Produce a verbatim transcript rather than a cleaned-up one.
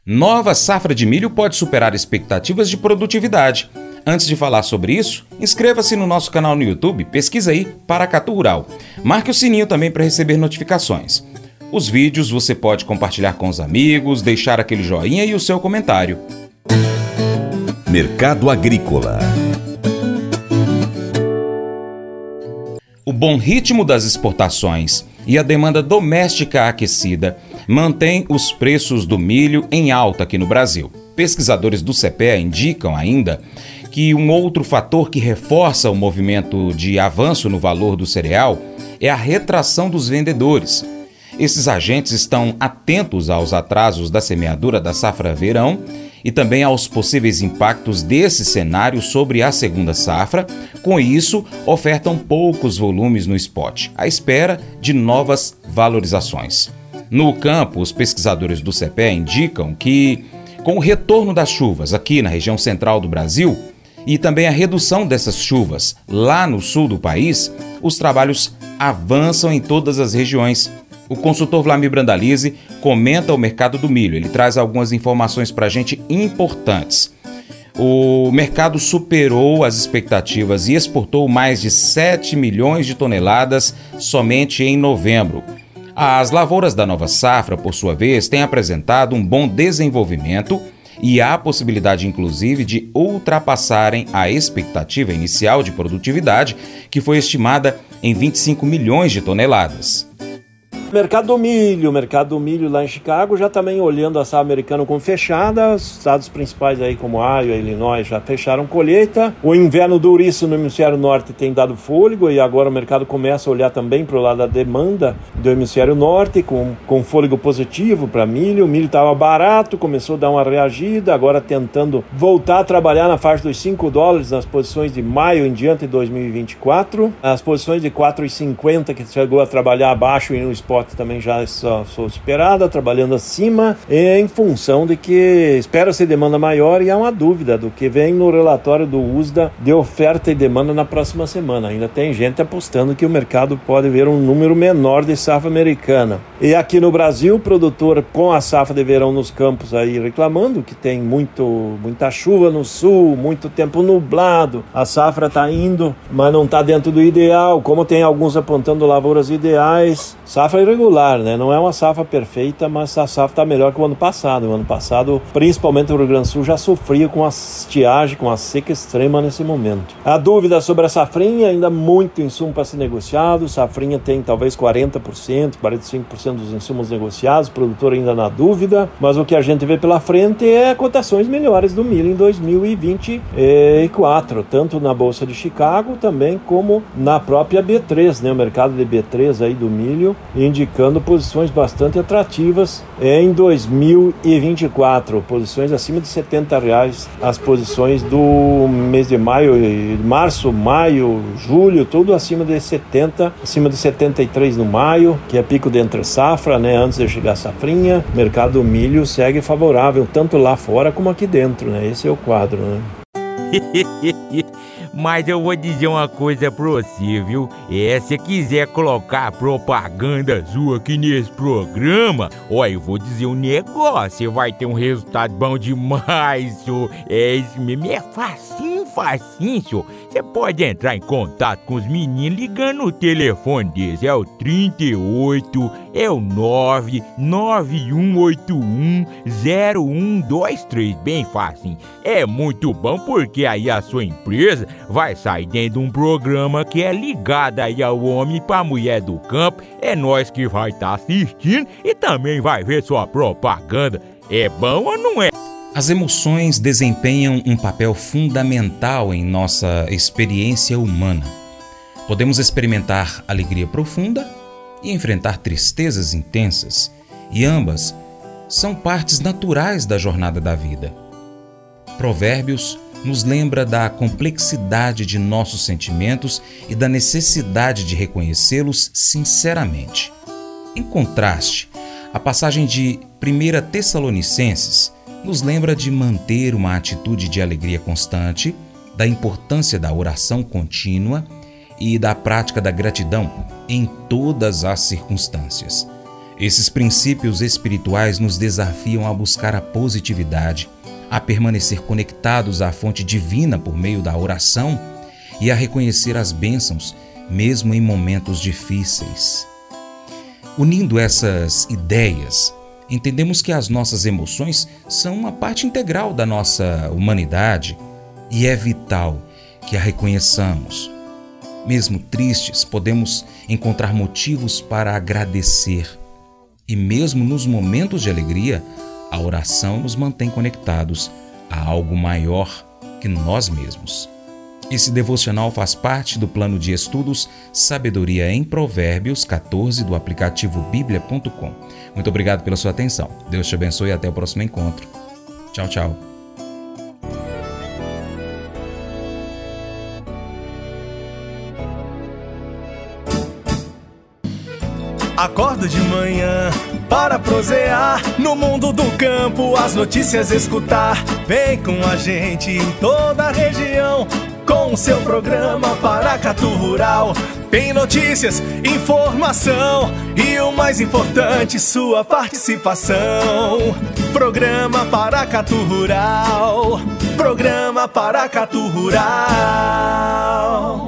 Nova safra de milho pode superar expectativas de produtividade. Antes de falar sobre isso, inscreva-se no nosso canal no YouTube, pesquisa aí Paracatu Rural. Marque o sininho também para receber notificações. Os vídeos você pode compartilhar com os amigos, deixar aquele joinha e o seu comentário. Mercado Agrícola. O bom ritmo das exportações e a demanda doméstica aquecida mantém os preços do milho em alta aqui no Brasil. Pesquisadores do C P E A indicam ainda que um outro fator que reforça o movimento de avanço no valor do cereal é a retração dos vendedores. Esses agentes estão atentos aos atrasos da semeadura da safra verão e também aos possíveis impactos desse cenário sobre a segunda safra. Com isso, ofertam poucos volumes no spot, à espera de novas valorizações. No campo, os pesquisadores do C P E A indicam que, com o retorno das chuvas aqui na região central do Brasil e também a redução dessas chuvas lá no sul do país, os trabalhos avançam em todas as regiões. O consultor Vlamir Brandalize comenta o mercado do milho. Ele traz algumas informações para a gente importantes. O mercado superou as expectativas e exportou mais de sete milhões de toneladas somente em novembro. As lavouras da nova safra, por sua vez, têm apresentado um bom desenvolvimento e há a possibilidade, inclusive, de ultrapassarem a expectativa inicial de produtividade, que foi estimada em vinte e cinco milhões de toneladas. Mercado do milho, mercado do milho lá em Chicago já também olhando a safra americana como fechada. Os estados principais aí como Iowa e Illinois já fecharam colheita. O inverno duríssimo no hemisfério norte tem dado fôlego e agora o mercado começa a olhar também para o lado da demanda do hemisfério norte com, com fôlego positivo para milho. O milho estava barato, começou a dar uma reagida, agora tentando voltar a trabalhar na faixa dos cinco dólares nas posições de maio em diante de dois mil e vinte e quatro. As posições de quatro e cinquenta que chegou a trabalhar abaixo e no spot também já sou superada, trabalhando acima, em função de que espera-se demanda maior e há uma dúvida do que vem no relatório do U S D A de oferta e demanda na próxima semana. Ainda tem gente apostando que o mercado pode ver um número menor de safra americana. E aqui no Brasil, o produtor com a safra de verão nos campos aí reclamando que tem muito, muita chuva no sul, muito tempo nublado, a safra está indo, mas não está dentro do ideal, como tem alguns apontando lavouras ideais. Safra irregular, né? Não é uma safra perfeita, mas a safra está melhor que o ano passado. O ano passado, principalmente o Rio Grande do Sul, já sofria com a estiagem, com a seca extrema nesse momento. A dúvida sobre a safrinha, ainda muito insumo para ser negociado. Safrinha tem talvez quarenta por cento, quarenta e cinco por cento dos insumos negociados, o produtor ainda na dúvida, mas o que a gente vê pela frente é cotações melhores do milho em dois mil e vinte e quatro, tanto na Bolsa de Chicago também como na própria B três, né? O mercado de B três aí do milho, indicando posições bastante atrativas em dois mil e vinte e quatro, posições acima de setenta reais, as posições do mês de maio, março, maio, julho, tudo acima de setenta, acima de setenta e três no maio, que é pico de entre safra, né, antes de chegar a safrinha. O mercado do milho segue favorável, tanto lá fora como aqui dentro, né, esse é o quadro, né. Mas eu vou dizer uma coisa pra você, viu? É, se quiser colocar propaganda sua aqui nesse programa, ó, eu vou dizer um negócio, você vai ter um resultado bom demais, senhor. É isso mesmo, é facinho, facinho, senhor. Você pode entrar em contato com os meninos ligando no telefone deles, é o trinta e oito, é o nove nove um oito um zero um dois três, bem facinho. É muito bom porque aí a sua empresa vai sair dentro de um programa que é ligado aí ao homem para a mulher do campo. É nós que vai estar tá assistindo e também vai ver sua propaganda. É bom ou não é? As emoções desempenham um papel fundamental em nossa experiência humana. Podemos experimentar alegria profunda e enfrentar tristezas intensas, e ambas são partes naturais da jornada da vida. Provérbios nos lembra da complexidade de nossos sentimentos e da necessidade de reconhecê-los sinceramente. Em contraste, a passagem de primeira Tessalonicenses nos lembra de manter uma atitude de alegria constante, da importância da oração contínua e da prática da gratidão em todas as circunstâncias. Esses princípios espirituais nos desafiam a buscar a positividade, a permanecer conectados à fonte divina por meio da oração e a reconhecer as bênçãos, mesmo em momentos difíceis. Unindo essas ideias, entendemos que as nossas emoções são uma parte integral da nossa humanidade e é vital que a reconheçamos. Mesmo tristes, podemos encontrar motivos para agradecer. E mesmo nos momentos de alegria, a oração nos mantém conectados a algo maior que nós mesmos. Esse devocional faz parte do plano de estudos Sabedoria em Provérbios catorze do aplicativo bíblia ponto com. Muito obrigado pela sua atenção. Deus te abençoe e até o próximo encontro. Tchau, tchau. Acordo de manhã para prosear no mundo do campo, as notícias escutar. Vem com a gente em toda a região com o seu programa Paracatu Rural. Tem notícias, informação e o mais importante, sua participação. Programa Paracatu Rural. Programa Paracatu Rural.